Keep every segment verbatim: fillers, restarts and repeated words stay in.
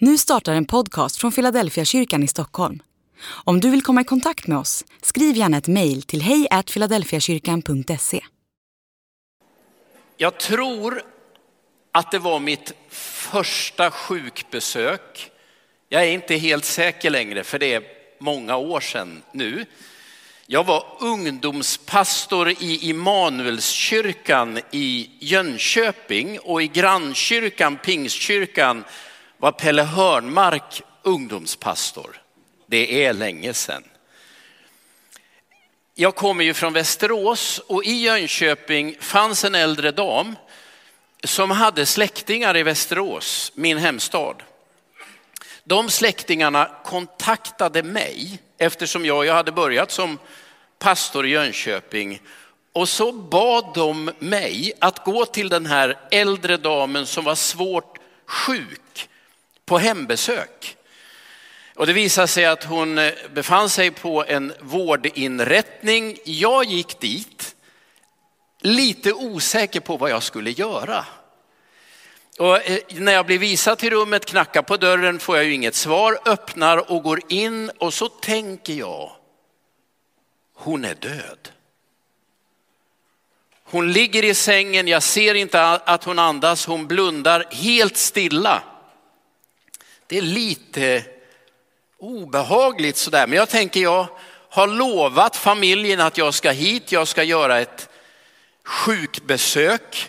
Nu startar en podcast från Philadelphia kyrkan i Stockholm. Om du vill komma i kontakt med oss, skriv gärna ett mejl till hej at philadelphiakyrkan punkt se. Jag tror att det var mitt första sjukbesök. Jag är inte helt säker längre, för det är många år sedan nu. Jag var ungdomspastor i Immanuelskyrkan i Jönköping, och i grannkyrkan, Pingstkyrkan, var Pelle Hörnmark ungdomspastor. Det är länge sedan. Jag kommer ju från Västerås, och i Jönköping fanns en äldre dam som hade släktingar i Västerås, min hemstad. De släktingarna kontaktade mig eftersom jag, jag hade börjat som pastor i Jönköping, och så bad de mig att gå till den här äldre damen som var svårt sjuk på hembesök. Och det visade sig att hon befann sig på en vårdinrättning. Jag gick dit lite osäker på vad jag skulle göra. Och när jag blir visad till rummet, knackar på dörren, får jag ju inget svar, öppnar och går in, och så tänker jag, hon är död. Hon ligger i sängen, jag ser inte att hon andas, hon blundar helt stilla. Det är lite obehagligt sådär, men jag tänker, jag har lovat familjen att jag ska hit, jag ska göra ett sjukbesök.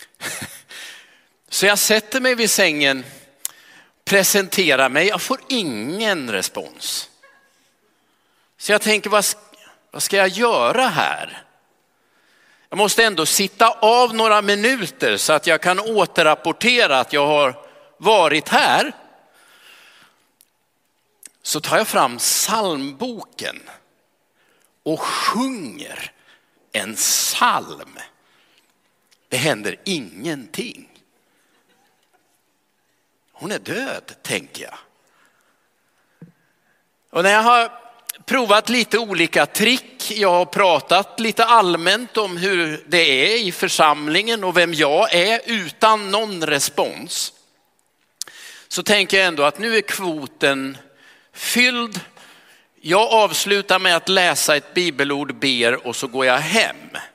Så jag sätter mig vid sängen, presenterar mig, jag får ingen respons. Så jag tänker, vad, vad ska jag göra här? Jag måste ändå sitta av några minuter så att jag kan återrapportera att jag har varit här. Så tar jag fram psalmboken och sjunger en psalm. Det händer ingenting. Hon är död, tänker jag. Och när jag har provat lite olika trick, jag har pratat lite allmänt om hur det är i församlingen och vem jag är utan någon respons, så tänker jag ändå att nu är kvoten fylld. Jag avslutar med att läsa ett bibelord, ber, och så går jag hem.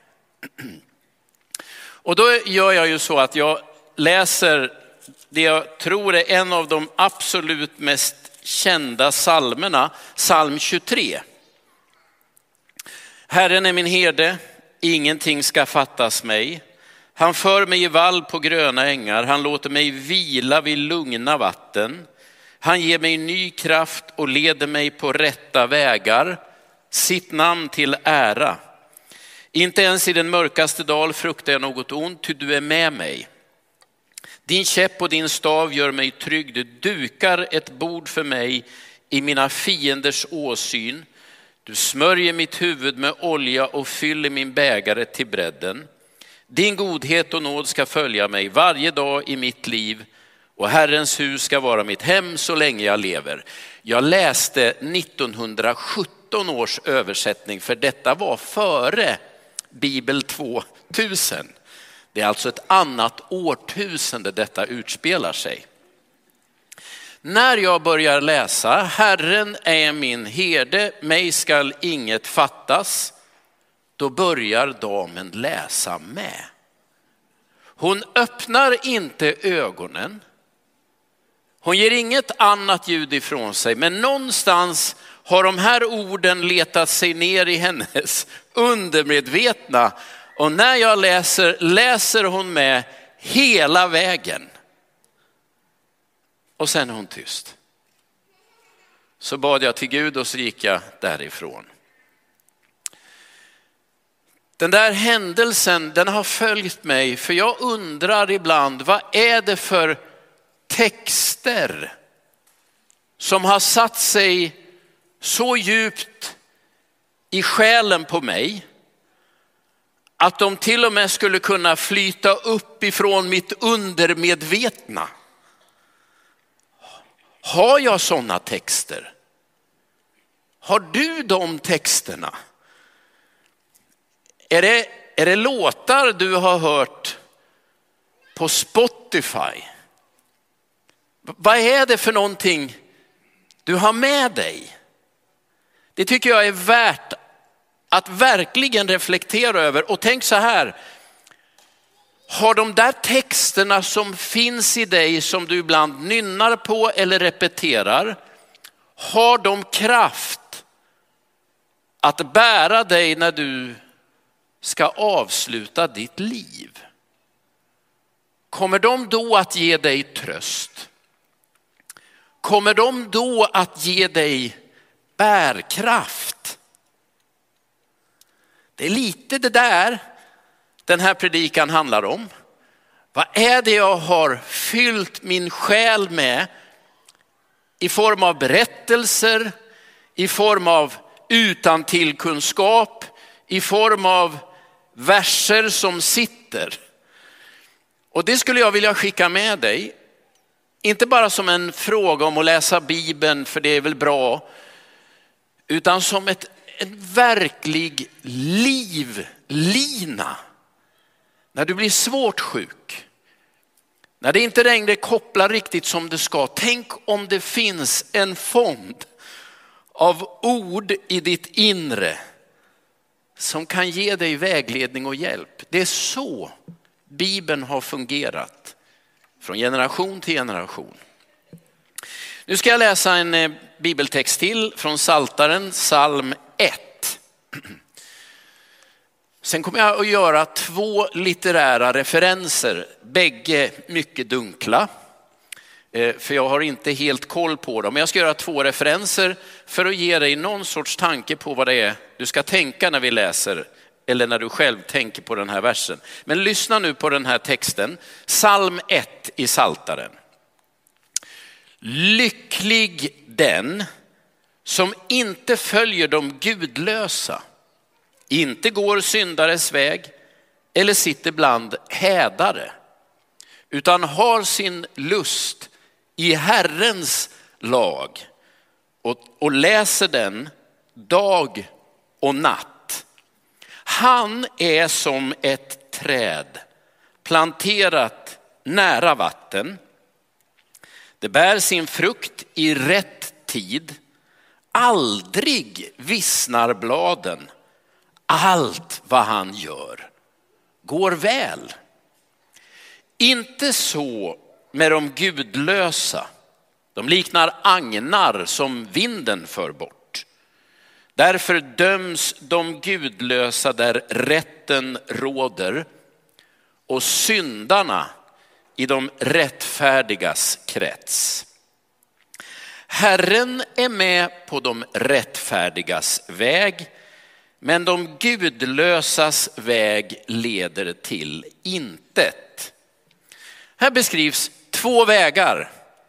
Och då gör jag ju så att jag läser det jag tror är en av de absolut mest kända psalmerna, psalm tjugotre. Herren är min herde, ingenting ska fattas mig. Han för mig i vall på gröna ängar, han låter mig vila vid lugna vatten. Han ger mig ny kraft och leder mig på rätta vägar, sitt namn till ära. Inte ens i den mörkaste dal fruktar jag något ont, ty du är med mig. Din käpp och din stav gör mig trygg. Du dukar ett bord för mig i mina fienders åsyn. Du smörjer mitt huvud med olja och fyller min bägare till bredden. Din godhet och nåd ska följa mig varje dag i mitt liv, och Herrens hus ska vara mitt hem så länge jag lever. Jag läste nittonhundrasjutton års översättning, för detta var före Bibel tvåtusen. Det är alltså ett annat årtusende detta utspelar sig. När jag börjar läsa, Herren är min herde, mig skall inget fattas, då börjar damen läsa med. Hon öppnar inte ögonen. Hon ger inget annat ljud ifrån sig, men någonstans har de här orden letat sig ner i hennes undermedvetna. Och när jag läser, läser hon med hela vägen. Och sen är hon tyst. Så bad jag till Gud och så gick jag därifrån. Den där händelsen, den har följt mig, för jag undrar ibland, vad är det för texter som har satt sig så djupt i själen på mig att de till och med skulle kunna flyta upp ifrån mitt undermedvetna. Har jag sådana texter? Har du de texterna? Är det, är det låtar du har hört på Spotify? Vad är det för någonting du har med dig? Det tycker jag är värt att verkligen reflektera över. Och tänk så här. Har de där texterna som finns i dig som du ibland nynnar på eller repeterar, har de kraft att bära dig när du ska avsluta ditt liv? Kommer de då att ge dig tröst? Kommer de då att ge dig bärkraft? Det är lite det där den här predikan handlar om. Vad är det jag har fyllt min själ med i form av berättelser, i form av utantillkunskap, i form av verser som sitter? Och det skulle jag vilja skicka med dig. Inte bara som en fråga om att läsa Bibeln, för det är väl bra, utan som ett, en verklig livlina. När du blir svårt sjuk, när det inte längre kopplar riktigt som det ska. Tänk om det finns en fond av ord i ditt inre som kan ge dig vägledning och hjälp. Det är så Bibeln har fungerat från generation till generation. Nu ska jag läsa en bibeltext till från Psaltaren, psalm ett. Sen kommer jag att göra två litterära referenser, bägge mycket dunkla. För jag har inte helt koll på dem. Men jag ska göra två referenser för att ge dig någon sorts tanke på vad det är du ska tänka när vi läser. Eller när du själv tänker på den här versen. Men lyssna nu på den här texten. Psalm ett i Psaltaren. Lycklig den som inte följer de gudlösa, inte går syndares väg eller sitter bland hädare, utan har sin lust i Herrens lag och, och läser den dag och natt. Han är som ett träd planterat nära vatten. Det bär sin frukt i rätt tid. Aldrig vissnar bladen. Allt vad han gör går väl. Inte så med de gudlösa. De liknar agnar som vinden för bort. Därför döms de gudlösa där rätten råder och syndarna i de rättfärdigas krets. Herren är med på de rättfärdigas väg, men de gudlösas väg leder till intet. Här beskrivs två vägar,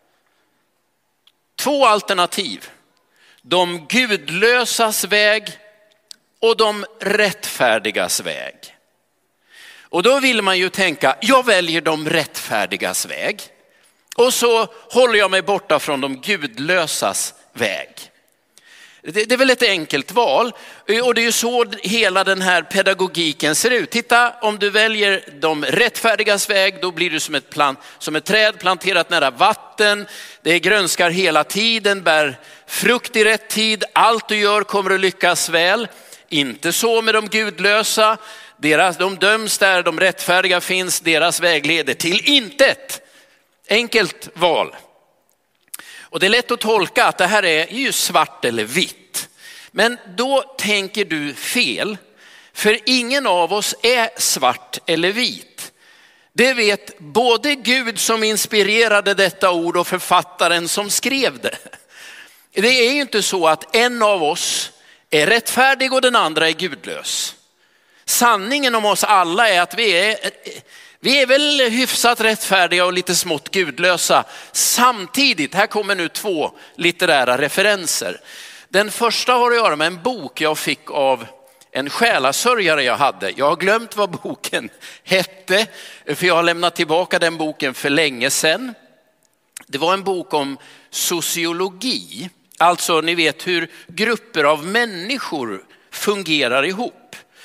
två alternativ. De gudlösas väg och de rättfärdigas väg. Och då vill man ju tänka, jag väljer de rättfärdigas väg. Och så håller jag mig borta från de gudlösas väg. Det, det är väl ett enkelt val. Och det är ju så hela den här pedagogiken ser ut. Titta, om du väljer de rättfärdigas väg, då blir du som ett, plan, som ett träd planterat nära vatten. Det grönskar hela tiden, bär frukt i rätt tid. Allt du gör kommer att lyckas väl. Inte så med de gudlösa. Deras, de döms där de rättfärdiga finns, deras väg leder till intet. Enkelt val. Och det är lätt att tolka att det här är ju svart eller vitt. Men då tänker du fel. För ingen av oss är svart eller vit. Det vet både Gud som inspirerade detta ord och författaren som skrev det. Det är ju inte så att en av oss är rättfärdig och den andra är gudlös. Sanningen om oss alla är att vi är, vi är väl hyfsat rättfärdiga och lite smått gudlösa. Samtidigt, här kommer nu två litterära referenser. Den första har att göra med en bok jag fick av en själasörjare jag hade. Jag har glömt vad boken hette, för jag har lämnat tillbaka den boken för länge sedan. Det var en bok om sociologi. Alltså ni vet hur grupper av människor fungerar ihop.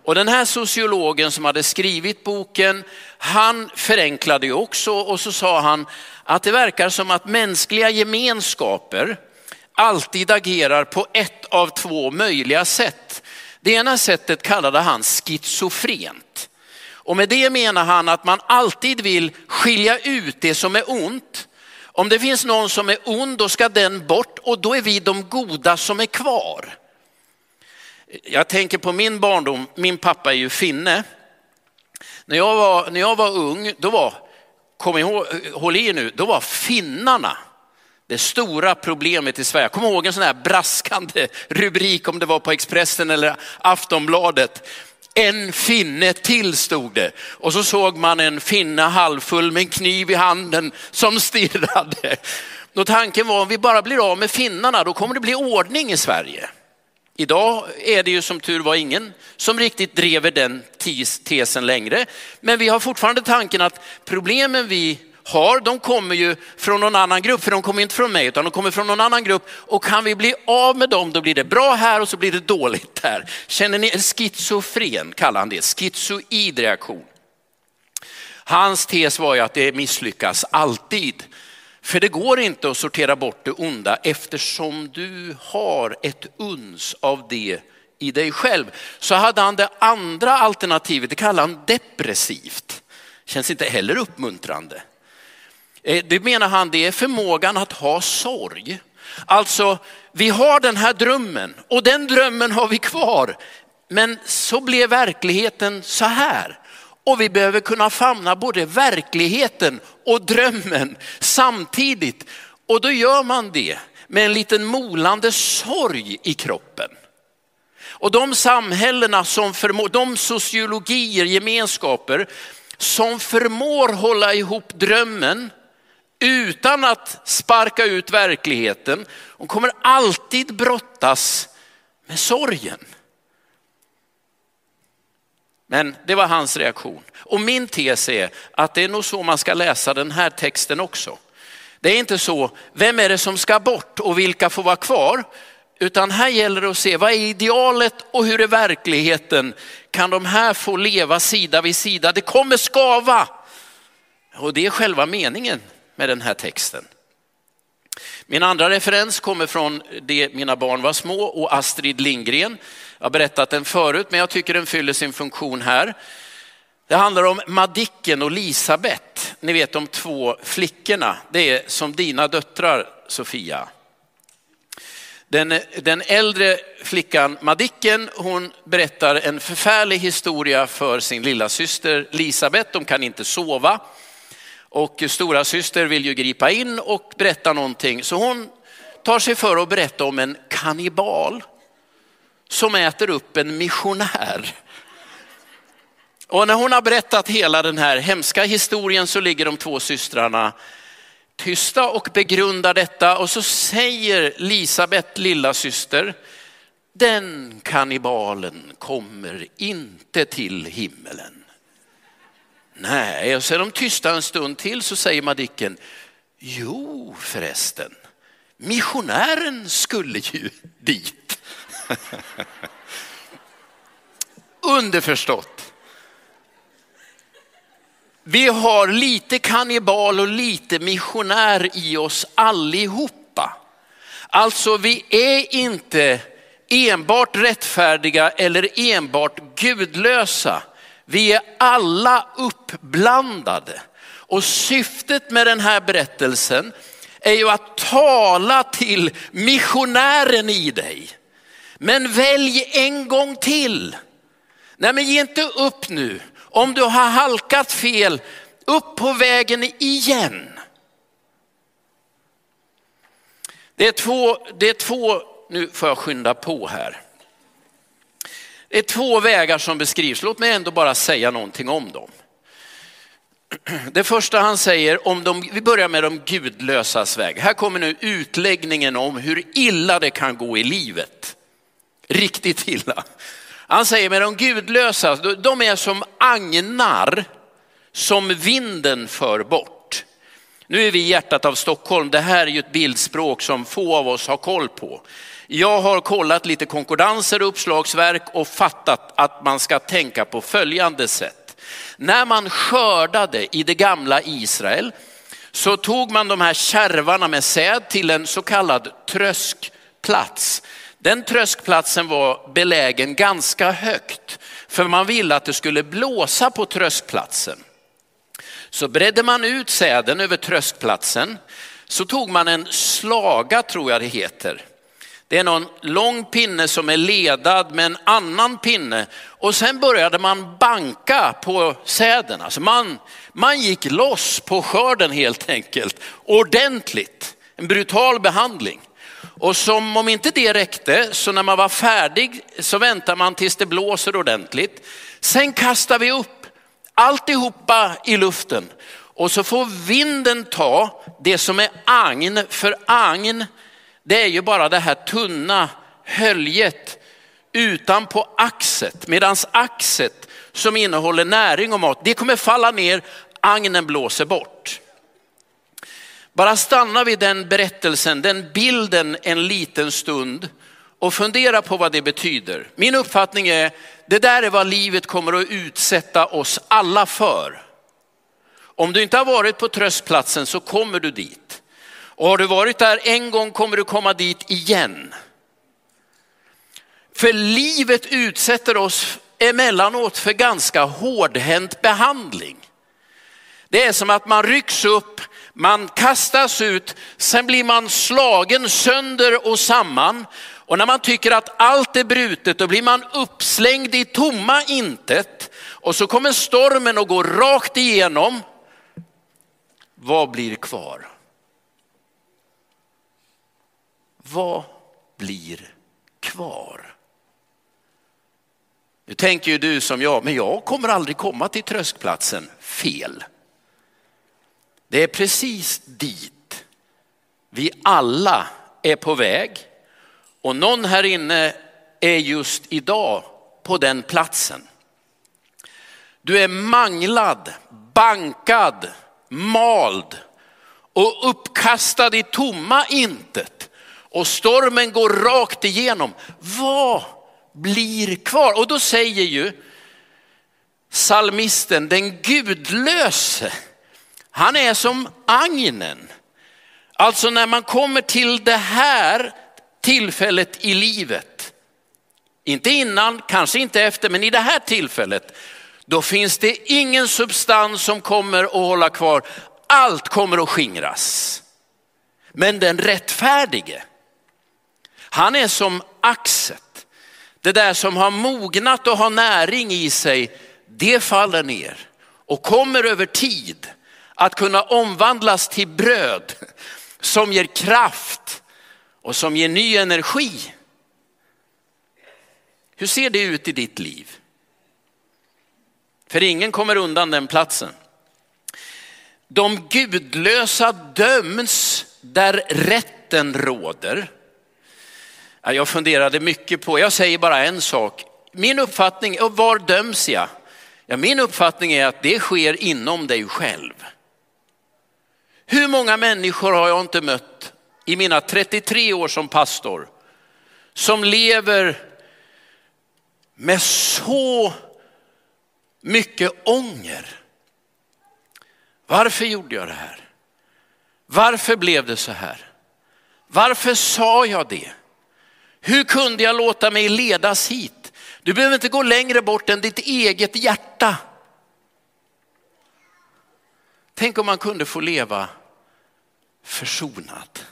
Och den här sociologen som hade skrivit boken, han förenklade ju också och så sa han att det verkar som att mänskliga gemenskaper alltid agerar på ett av två möjliga sätt. Det ena sättet kallade han schizofrent. Och med det menar han att man alltid vill skilja ut det som är ont. Om det finns någon som är ond, då ska den bort och då är vi de goda som är kvar. Jag tänker på min barndom, min pappa är ju finne. När jag var, när jag var ung, då var, kom ihåg, håll i nu, då var finnarna det stora problemet i Sverige. Jag kommer ihåg en sån här braskande rubrik om det var på Expressen eller Aftonbladet. En finne till stod det. Och så såg man en finne halvfull med en kniv i handen som stirrade. Och tanken var om vi bara blir av med finnarna, då kommer det bli ordning i Sverige. Idag är det ju som tur var ingen som riktigt drever den tesen längre. Men vi har fortfarande tanken att problemen vi har, de kommer ju från någon annan grupp. För de kommer inte från mig utan de kommer från någon annan grupp. Och kan vi bli av med dem, då blir det bra här och så blir det dåligt där. Känner ni en schizofren, kallar han det, schizoid reaktion. Hans tes var ju att det misslyckas alltid. För det går inte att sortera bort det onda eftersom du har ett uns av det i dig själv. Så hade han det andra alternativet, det kallar han depressivt. Känns inte heller uppmuntrande. Det menar han, det är förmågan att ha sorg. Alltså vi har den här drömmen och den drömmen har vi kvar. Men så blev verkligheten så här. Och vi behöver kunna famna både verkligheten och drömmen samtidigt. Och då gör man det med en liten molande sorg i kroppen. Och de samhällena som förmår, de sociologier, gemenskaper som förmår hålla ihop drömmen utan att sparka ut verkligheten, de kommer alltid brottas med sorgen. Men det var hans reaktion. Och min tes är att det är nog så man ska läsa den här texten också. Det är inte så, vem är det som ska bort och vilka får vara kvar? Utan här gäller det att se, vad är idealet och hur är verkligheten? Kan de här få leva sida vid sida? Det kommer skava. Och det är själva meningen med den här texten. Min andra referens kommer från det mina barn var små och Astrid Lindgren. Jag har berättat den förut, men jag tycker den fyller sin funktion här. Det handlar om Madicken och Lisabeth. Ni vet de två flickorna. Det är som dina döttrar, Sofia. Den, den äldre flickan Madicken, hon berättar en förfärlig historia för sin lilla syster Lisabeth. De kan inte sova. Och stora syster vill ju gripa in och berätta någonting. Så hon tar sig för att berätta om en kannibal som äter upp en missionär. Och när hon har berättat hela den här hemska historien så ligger de två systrarna tysta och begrundar detta. Och så säger Lisabeth, lilla syster, den kannibalen kommer inte till himmelen. Nej, och så är de tysta en stund till, så säger Madicken, jo förresten, missionären skulle ju dit. Underförstått. Vi har lite kannibal och lite missionär i oss allihopa. Alltså vi är inte enbart rättfärdiga eller enbart gudlösa. Vi är alla uppblandade. Och syftet med den här berättelsen är ju att tala till missionären i dig. Men välj en gång till. Nej, men ge inte upp nu. Om du har halkat fel, upp på vägen igen. Det är två, det är två, nu får jag skynda på här. Det är två vägar som beskrivs. Låt mig ändå bara säga någonting om dem. Det första han säger, om de, vi börjar med de gudlösas väg. Här kommer nu utläggningen om hur illa det kan gå i livet. Riktigt illa. Han säger med de gudlösa, de är som agnar som vinden för bort. Nu är vi i hjärtat av Stockholm. Det här är ju ett bildspråk som få av oss har koll på. Jag har kollat lite konkordanser och uppslagsverk och fattat att man ska tänka på följande sätt. När man skördade i det gamla Israel så tog man de här kärvarna med säd till en så kallad tröskplats. Den tröskplatsen var belägen ganska högt för man ville att det skulle blåsa på tröskplatsen. Så bredde man ut säden över tröskplatsen, så tog man en slaga, tror jag det heter. Det är någon lång pinne som är ledad med en annan pinne och sen började man banka på säden. Alltså man, man gick loss på skörden helt enkelt, ordentligt, en brutal behandling. Och som om inte det räckte, så när man var färdig så väntar man tills det blåser ordentligt. Sen kastar vi upp alltihopa i luften och så får vinden ta det som är agn, för agn det är ju bara det här tunna höljet utanpå axet, medans axet som innehåller näring och mat, det kommer falla ner, agnen blåser bort. Bara stanna vid den berättelsen, den bilden en liten stund och fundera på vad det betyder. Min uppfattning är, det där är vad livet kommer att utsätta oss alla för. Om du inte har varit på tröstplatsen så kommer du dit. Och har du varit där en gång kommer du komma dit igen. För livet utsätter oss emellanåt för ganska hårdhänt behandling. Det är som att man rycks upp, man kastas ut, sen blir man slagen sönder och samman. Och när man tycker att allt är brutet, då blir man uppslängd i tomma intet. Och så kommer stormen och går rakt igenom. Vad blir kvar? Vad blir kvar? Nu tänker ju du som jag, men jag kommer aldrig komma till tröskplatsen. Fel. Det är precis dit vi alla är på väg. Och någon här inne är just idag på den platsen. Du är manglad, bankad, mald och uppkastad i tomma intet. Och stormen går rakt igenom. Vad blir kvar? Och då säger ju psalmisten, den gudlöse, han är som agnen. Alltså när man kommer till det här tillfället i livet, inte innan, kanske inte efter, men i det här tillfället, då finns det ingen substans som kommer att hålla kvar. Allt kommer att skingras. Men den rättfärdige, han är som axet. Det där som har mognat och har näring i sig, det faller ner och kommer över tid att kunna omvandlas till bröd som ger kraft och som ger ny energi. Hur ser det ut i ditt liv? För ingen kommer undan den platsen. De gudlösa döms där rätten råder. Jag funderade mycket på, jag säger bara en sak. Min uppfattning, och var döms jag? Ja, min uppfattning är att det sker inom dig själv. Hur många människor har jag inte mött i mina trettiotre år som pastor som lever med så mycket ånger. Varför gjorde jag det här? Varför blev det så här? Varför sa jag det? Hur kunde jag låta mig ledas hit? Du behöver inte gå längre bort än ditt eget hjärta. Tänk om man kunde få leva försonad.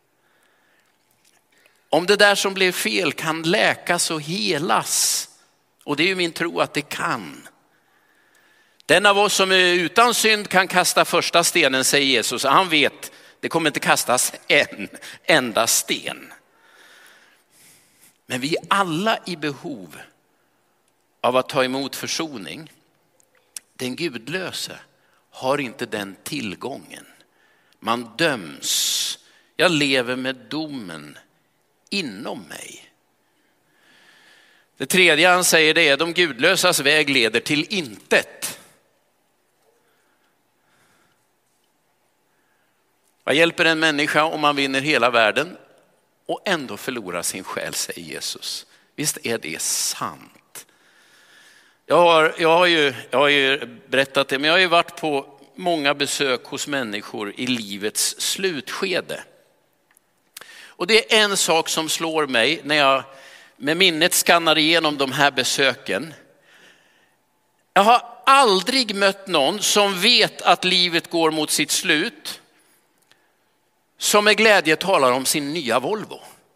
Om det där som blev fel kan läkas och helas. Och det är ju min tro att det kan. Den av oss som är utan synd kan kasta första stenen, säger Jesus. Han vet, det kommer inte kastas en enda sten. Men vi är alla i behov av att ta emot försoning. Den gudlöse har inte den tillgången. Man döms. Jag lever med domen inom mig. Det tredje han säger det är de gudlösas väg leder till intet. Vad hjälper en människa om man vinner hela världen och ändå förlorar sin själ, säger Jesus. Visst är det sant? Jag har, jag har, ju, jag har ju berättat det, men jag har ju varit på många besök hos människor i livets slutskede. Och det är en sak som slår mig när jag med minnet skannar igenom de här besöken. Jag har aldrig mött någon som vet att livet går mot sitt slut, som med glädje talar om sin nya Volvo.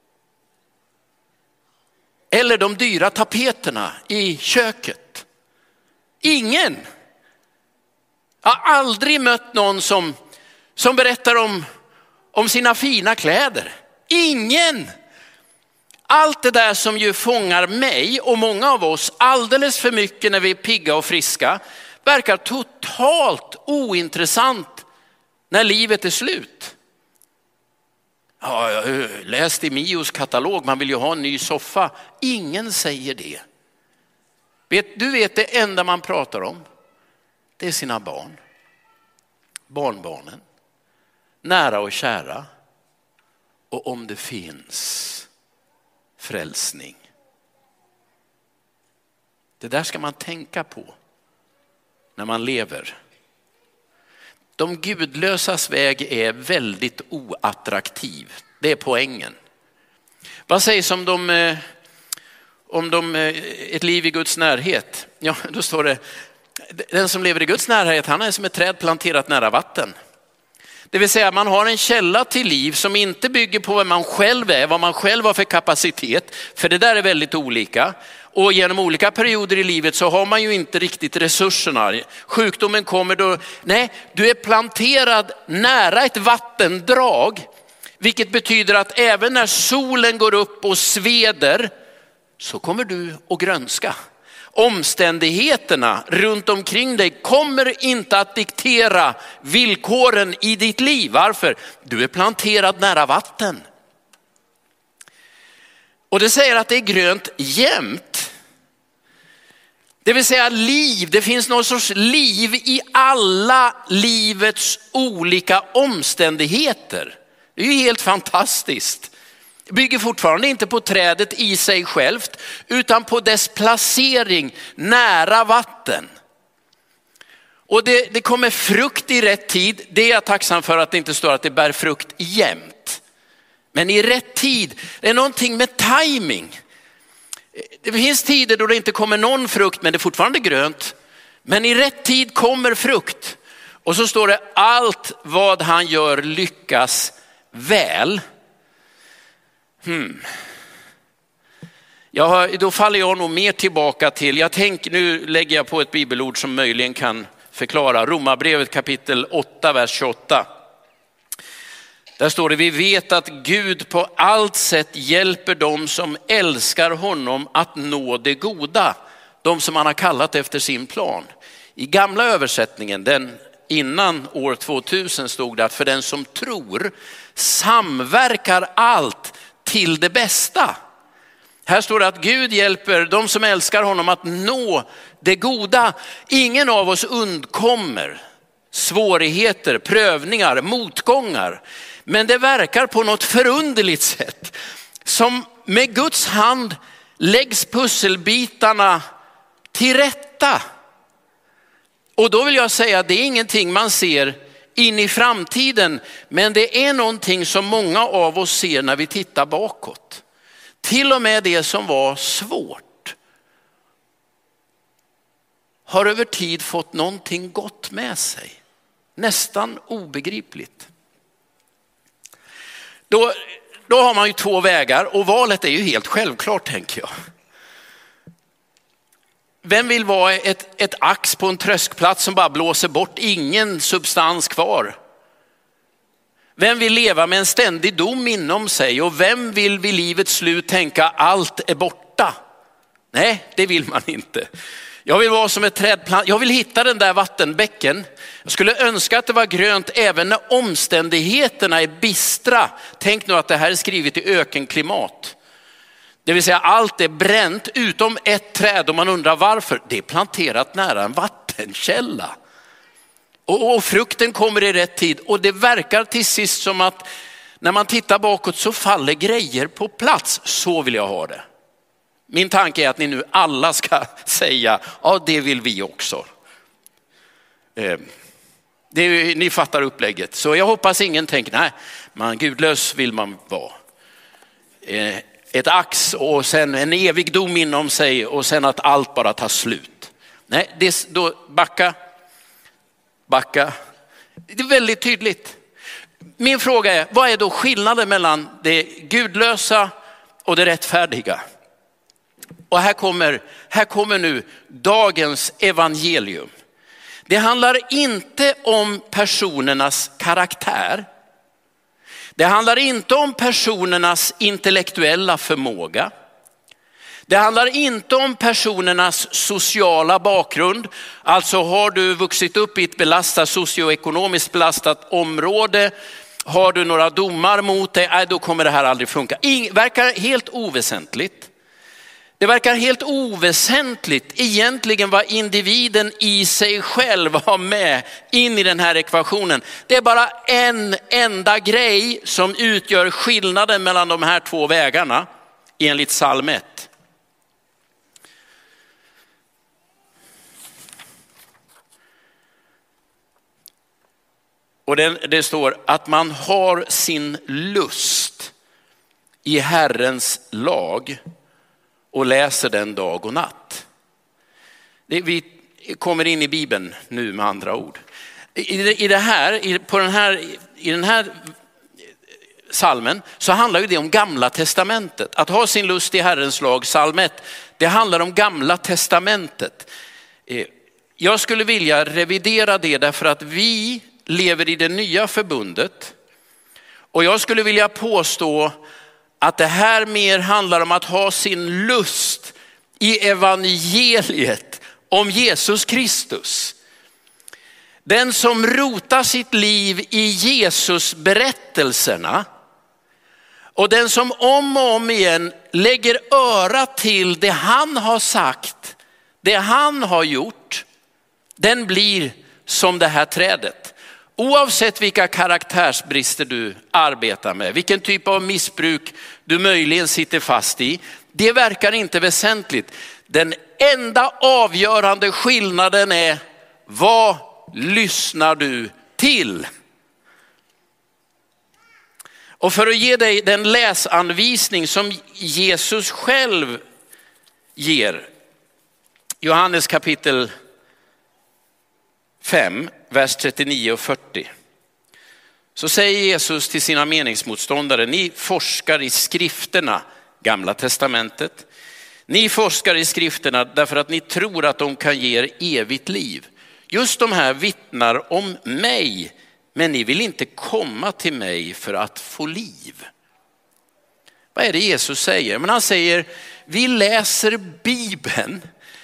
Eller de dyra tapeterna i köket. Ingen. Jag har aldrig mött någon som, som berättar om, om sina fina kläder. Ingen. Allt det där som ju fångar mig och många av oss alldeles för mycket när vi är pigga och friska verkar totalt ointressant när livet är slut. Ja, jag har läst i Mios katalog, man vill ju ha en ny soffa. Ingen säger det. Vet, du vet det enda man pratar om, det är sina barn. Barnbarnen. Nära och kära. Och om det finns frälsning. Det där ska man tänka på när man lever. De gudlösas väg är väldigt oattraktiv. Det är poängen. Vad sägs om de, om de, ett liv i Guds närhet? Ja, då står det, den som lever i Guds närhet, han är som ett träd planterat nära vatten. Det vill säga man har en källa till liv som inte bygger på vad man själv är, vad man själv har för kapacitet. För det där är väldigt olika. Och genom olika perioder i livet så har man ju inte riktigt resurserna. Sjukdomen kommer då, nej, du är planterad nära ett vattendrag. Vilket betyder att även när solen går upp och sveder så kommer du att grönska. Omständigheterna runt omkring dig kommer inte att diktera villkoren i ditt liv. Varför? Du är planterad nära vatten. Och det säger att det är grönt jämt. Det vill säga liv, det finns någon sorts liv i alla livets olika omständigheter. Det är ju helt fantastiskt. Det bygger fortfarande inte på trädet i sig självt utan på dess placering nära vatten. Och det, det kommer frukt i rätt tid. Det är jag tacksam för att det inte står att det bär frukt jämt. Men i rätt tid, det är någonting med timing. Det finns tider då det inte kommer någon frukt men det är fortfarande grönt. Men i rätt tid kommer frukt. Och så står det allt vad han gör lyckas väl. Hmm. Jag har, då faller jag nog mer tillbaka till, jag tänker, nu lägger jag på ett bibelord som möjligen kan förklara. Romarbrevet kapitel åtta, vers tjugoåtta. Där står det, vi vet att Gud på allt sätt hjälper dem som älskar honom att nå det goda. De som han har kallat efter sin plan. I gamla översättningen, den innan år tvåtusen, stod det att för den som tror samverkar allt till det bästa. Här står det att Gud hjälper de som älskar honom att nå det goda. Ingen av oss undkommer svårigheter, prövningar, motgångar. Men det verkar på något förunderligt sätt som med Guds hand läggs pusselbitarna till rätta. Och då vill jag säga att det är ingenting man ser in i framtiden, men det är någonting som många av oss ser när vi tittar bakåt. Till och med det som var svårt har över tid fått någonting gott med sig. Nästan obegripligt. Då, då har man ju två vägar och valet är ju helt självklart, tänker jag. Vem vill vara ett, ett ax på en tröskplats som bara blåser bort, ingen substans kvar? Vem vill leva med en ständig dom inom sig? Och vem vill vid livets slut tänka allt är borta? Nej, det vill man inte. Jag vill vara som ett trädplant. Jag vill hitta den där vattenbäcken. Jag skulle önska att det var grönt även när omständigheterna är bistra. Tänk nu att det här är skrivet i ökenklimat. Det vill säga allt är bränt utom ett träd och man undrar varför. Det är planterat nära en vattenkälla. Och, och frukten kommer i rätt tid. Och det verkar till sist som att när man tittar bakåt så faller grejer på plats. Så vill jag ha det. Min tanke är att ni nu alla ska säga, ja det vill vi också. Eh, det är, ni fattar upplägget. Så jag hoppas ingen tänker, nej, man gudlös vill man vara. Eh, ett ax och sen en evig dom inom sig och sen att allt bara tar slut. Nej, det, då backa, backa. Det är väldigt tydligt. Min fråga är, vad är då skillnaden mellan det gudlösa och det rättfärdiga? Och här kommer, här kommer nu dagens evangelium. Det handlar inte om personernas karaktär. Det handlar inte om personernas intellektuella förmåga. Det handlar inte om personernas sociala bakgrund. Alltså har du vuxit upp i ett belastat, socioekonomiskt belastat område. Har du några domar mot dig, nej, då kommer det här aldrig funka. Det verkar helt oväsentligt. Det verkar helt oväsentligt egentligen vad individen i sig själv har med in i den här ekvationen. Det är bara en enda grej som utgör skillnaden mellan de här två vägarna enligt psalm ett. Och det, det står att man har sin lust i Herrens lag och läser den dag och natt. Det, vi kommer in i Bibeln nu med andra ord. I, i, det här, i, på den här, I den här psalmen så handlar ju det om Gamla testamentet. Att ha sin lust i Herrens lag, psalm ett, det handlar om Gamla testamentet. Jag skulle vilja revidera det därför att vi lever i det nya förbundet. Och jag skulle vilja påstå att det här mer handlar om att ha sin lust i evangeliet om Jesus Kristus. Den som rotar sitt liv i Jesus berättelserna och den som om och om igen lägger öra till det han har sagt, det han har gjort, den blir som det här trädet. Oavsett vilka karaktärsbrister du arbetar med, vilken typ av missbruk du möjligen sitter fast i, det verkar inte väsentligt. Den enda avgörande skillnaden är, vad lyssnar du till? Och för att ge dig den läsanvisning som Jesus själv ger, Johannes kapitel fem, vers trettionio och fyrtio. Så säger Jesus till sina meningsmotståndare, ni forskar i skrifterna, Gamla testamentet. Ni forskar i skrifterna därför att ni tror att de kan ge er evigt liv. Just de här vittnar om mig, men ni vill inte komma till mig för att få liv. Vad är det Jesus säger? Men han säger, vi läser Bibeln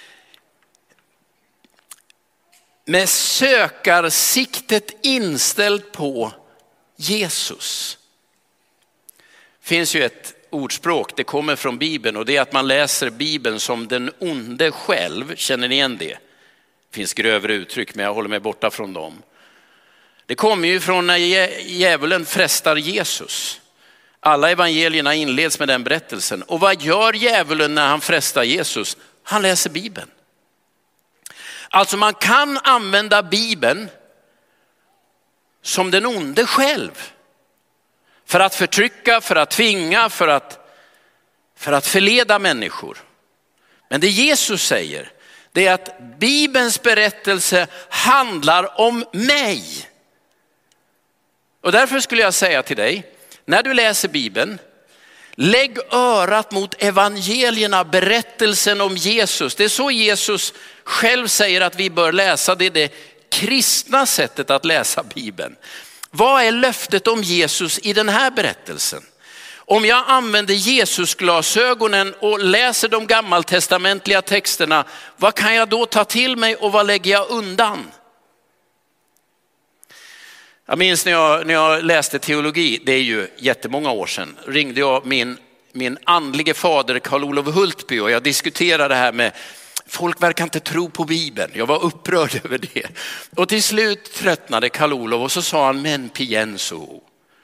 med sökarsiktet inställt på Jesus. Det finns ju ett ordspråk, det kommer från Bibeln, och det är att man läser Bibeln som den onde själv. Känner ni igen det? Det finns grövre uttryck, men jag håller mig borta från dem. Det kommer ju från när djävulen frestar Jesus. Alla evangelierna inleds med den berättelsen. Och vad gör djävulen när han frestar Jesus? Han läser Bibeln. Alltså man kan använda Bibeln som den onde själv. För att förtrycka, för att tvinga, för att, för att förleda människor. Men det Jesus säger, det är att Bibelns berättelse handlar om mig. Och därför skulle jag säga till dig, när du läser Bibeln, lägg örat mot evangelierna, berättelsen om Jesus. Det är så Jesus själv säger att vi bör läsa. Det är det kristna sättet att läsa Bibeln. Vad är löftet om Jesus i den här berättelsen? Om jag använder Jesusglasögonen och läser de gammaltestamentliga texterna, vad kan jag då ta till mig och vad lägger jag undan? Jag minns när jag, när jag läste teologi, det är ju jättemånga år sedan, ringde jag min, min andlige fader Karl Olof Hultby och jag diskuterade det här med Folk verkar inte tro på Bibeln. Jag var upprörd över det. Och till slut tröttnade Karl-Olof och så sa han, men Pienso.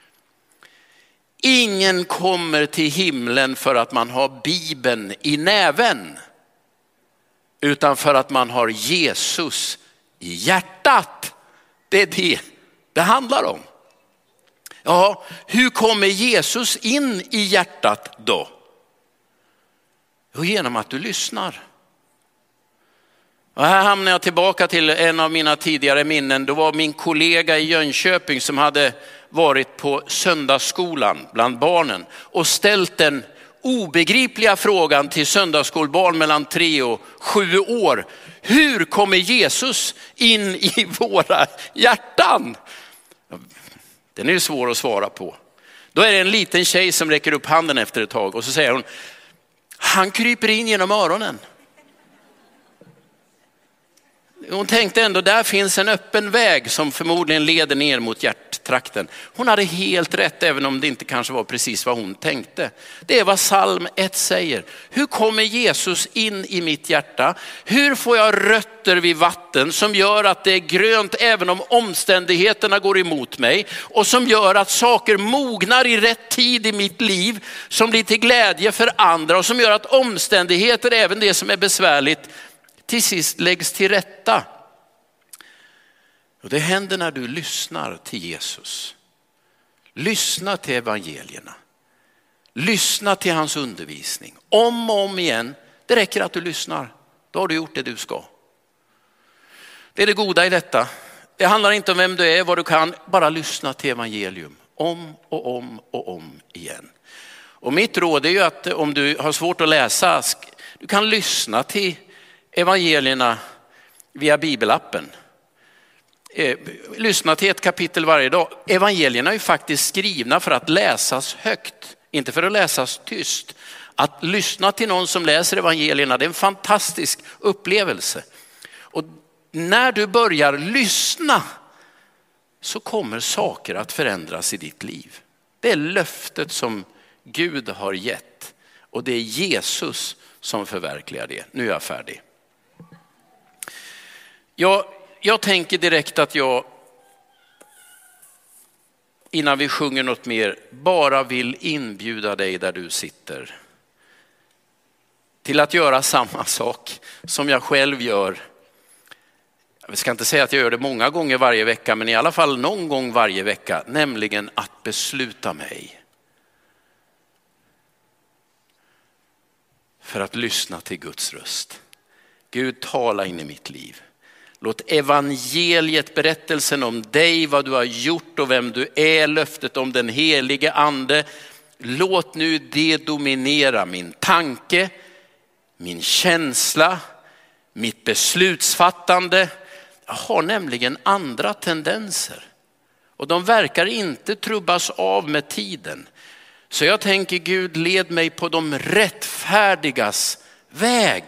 Ingen kommer till himlen för att man har Bibeln i näven. Utan för att man har Jesus i hjärtat. Det är det det handlar om. Ja, hur kommer Jesus in i hjärtat då? Jo, genom att du lyssnar. Och här hamnar jag tillbaka till en av mina tidigare minnen. Då var min kollega i Jönköping som hade varit på söndagsskolan bland barnen och ställt den obegripliga frågan till söndagsskolbarn mellan tre och sju år. Hur kommer Jesus in i våra hjärtan? Den är ju svår att svara på. Då är det en liten tjej som räcker upp handen efter ett tag och så säger hon, han kryper in genom öronen. Hon tänkte ändå, där finns en öppen väg som förmodligen leder ner mot hjärttrakten. Hon hade helt rätt, även om det inte kanske var precis vad hon tänkte. Det är vad psalm ett säger. Hur kommer Jesus in i mitt hjärta? Hur får jag rötter vid vatten som gör att det är grönt även om omständigheterna går emot mig? Och som gör att saker mognar i rätt tid i mitt liv, som blir till glädje för andra. Och som gör att omständigheter, även det som är besvärligt, till sist läggs till rätta. Och det händer när du lyssnar till Jesus. Lyssna till evangelierna. Lyssna till hans undervisning. Om och om igen. Det räcker att du lyssnar. Då har du gjort det du ska. Det är det goda i detta. Det handlar inte om vem du är, vad du kan. Bara lyssna till evangelium. Om och om och om igen. Och mitt råd är ju att om du har svårt att läsa, du kan lyssna till evangelierna via bibelappen. Eh, lyssna till ett kapitel varje dag. Evangelierna är ju faktiskt skrivna för att läsas högt, inte för att läsas tyst. Att lyssna till någon som läser evangelierna, det är en fantastisk upplevelse. Och när du börjar lyssna så kommer saker att förändras i ditt liv. Det är löftet som Gud har gett och det är Jesus som förverkligar det. Nu är jag färdig. Jag, jag tänker direkt att jag, innan vi sjunger något mer, bara vill inbjuda dig där du sitter till att göra samma sak som jag själv gör. Jag ska inte säga att jag gör det många gånger varje vecka, men i alla fall någon gång varje vecka, nämligen att besluta mig för att lyssna till Guds röst. Gud, tala in i mitt liv. Låt evangeliet, berättelsen om dig, vad du har gjort och vem du är, löftet om den helige ande. Låt nu det dominera min tanke, min känsla, mitt beslutsfattande. Jag har nämligen andra tendenser och de verkar inte trubbas av med tiden. Så jag tänker, Gud, led mig på de rättfärdigas väg.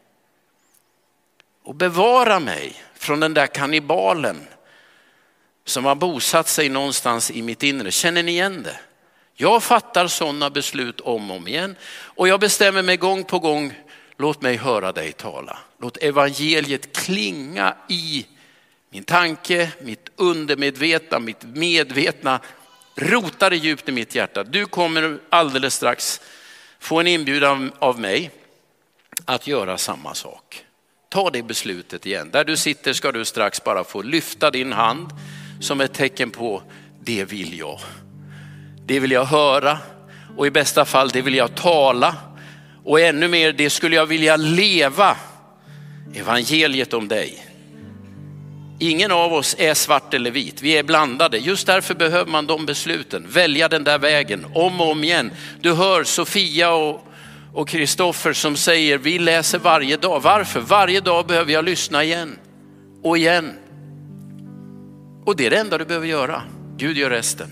Och bevara mig från den där kannibalen som har bosatt sig någonstans i mitt inre. Känner ni igen det? Jag fattar sådana beslut om och om igen. Och jag bestämmer mig gång på gång, låt mig höra dig tala. Låt evangeliet klinga i min tanke, mitt undermedvetna, mitt medvetna. Rota det djupt i mitt hjärta. Du kommer alldeles strax få en inbjudan av mig att göra samma sak. Ta det beslutet igen. Där du sitter ska du strax bara få lyfta din hand som ett tecken på det vill jag. Det vill jag höra och i bästa fall det vill jag tala. Och ännu mer, det skulle jag vilja leva. Evangeliet om dig. Ingen av oss är svart eller vit. Vi är blandade. Just därför behöver man de besluten. Välja den där vägen om och om igen. Du hör Sofia och och Kristoffer som säger vi läser varje dag. Varför? Varje dag behöver jag lyssna igen och igen. Och det är det enda du behöver göra. Gud gör resten.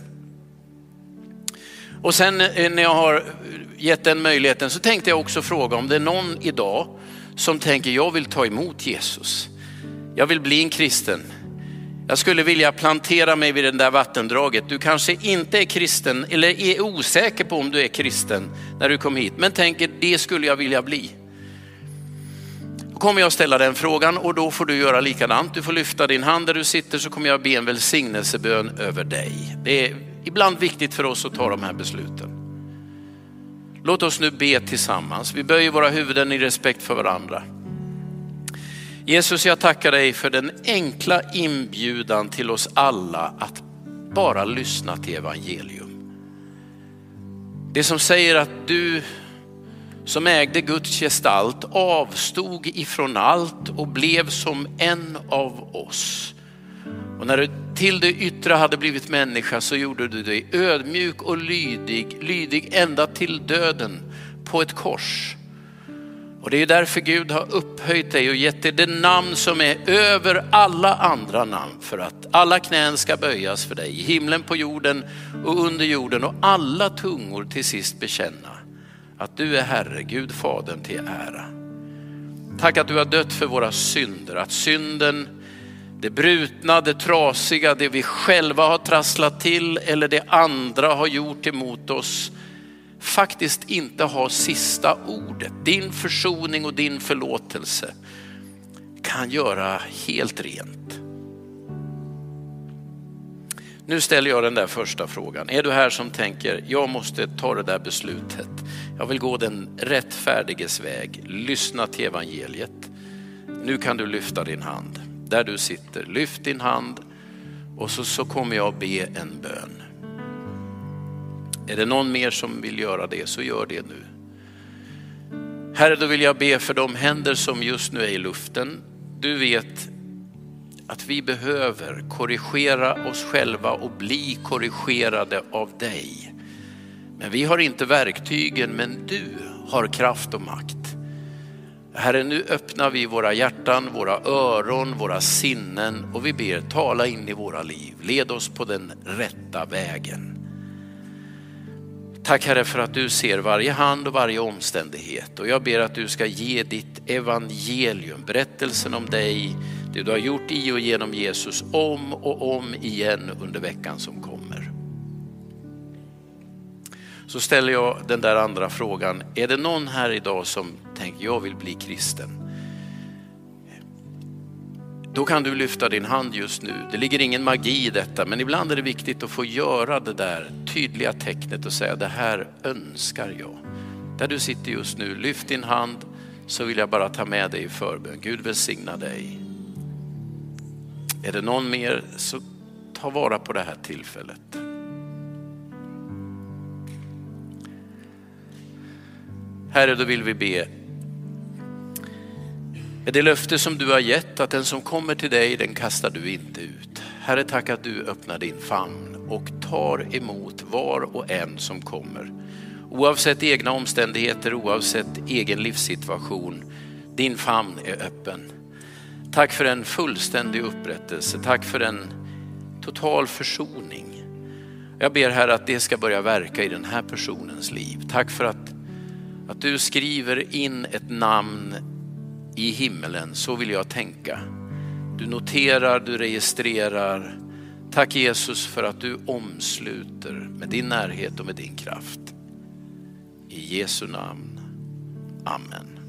Och sen när jag har gett den möjligheten så tänkte jag också fråga om det är någon idag som tänker jag vill ta emot Jesus. Jag vill bli en kristen. Jag skulle vilja plantera mig vid den där vattendraget. Du kanske inte är kristen eller är osäker på om du är kristen när du kom hit. Men tänker det skulle jag vilja bli. kommer jag ställa den frågan och då får du göra likadant. Du får lyfta din hand där du sitter, så kommer jag be en välsignelsebön över dig. Det är ibland viktigt för oss att ta de här besluten. Låt oss nu be tillsammans. Vi böjer våra huvuden i respekt för varandra. Jesus, jag tackar dig för den enkla inbjudan till oss alla att bara lyssna till evangelium. Det som säger att du som ägde Guds gestalt avstod ifrån allt och blev som en av oss. Och när du till det yttre hade blivit människa så gjorde du dig ödmjuk och lydig, lydig ända till döden på ett kors. Och det är därför Gud har upphöjt dig och gett dig det namn som är över alla andra namn, för att alla knän ska böjas för dig i himlen, på jorden och under jorden, och alla tungor till sist bekänna att du är Herre, Gud Fadern till ära. Tack att du har dött för våra synder, att synden, det brutna, det trasiga, det vi själva har trasslat till eller det andra har gjort emot oss, faktiskt inte har sista ordet. Din försoning och din förlåtelse kan göra helt rent. Nu ställer jag den där första frågan. Är du här som tänker, jag måste ta det där beslutet. Jag vill gå den rättfärdiges väg. Lyssna till evangeliet. Nu kan du lyfta din hand. Där du sitter, lyft din hand och så, så kommer jag be en bön. Är det någon mer som vill göra det, så gör det nu. Herre, då vill jag be för de händer som just nu är i luften. Du vet att vi behöver korrigera oss själva och bli korrigerade av dig. Men vi har inte verktygen, men du har kraft och makt. Herre, nu öppnar vi våra hjärtan, våra öron, våra sinnen och vi ber, tala in i våra liv. Led oss på den rätta vägen. Tack Herre för att du ser varje hand och varje omständighet. Och jag ber att du ska ge ditt evangelium, berättelsen om dig, det du har gjort i och genom Jesus, om och om igen under veckan som kommer. Så ställer jag den där andra frågan. Är det någon här idag som tänker, jag vill bli kristen? Då kan du lyfta din hand just nu. Det ligger ingen magi i detta, men ibland är det viktigt att få göra det där tydliga tecknet och säga, det här önskar jag. Där du sitter just nu, lyft din hand, så vill jag bara ta med dig i förbön. Gud välsigna dig. Är det någon mer, så ta vara på det här tillfället. Herre, då vill vi be. Är det löfte som du har gett att den som kommer till dig, den kastar du inte ut. Herre, tack att du öppnar din famn och tar emot var och en som kommer. Oavsett egna omständigheter, oavsett egen livssituation, din famn är öppen. Tack för en fullständig upprättelse. Tack för en total försoning. Jag ber Herre att det ska börja verka i den här personens liv. Tack för att, att du skriver in ett namn i himmelen, så vill jag tänka. Du noterar, du registrerar. Tack Jesus för att du omsluter med din närhet och med din kraft. I Jesu namn. Amen.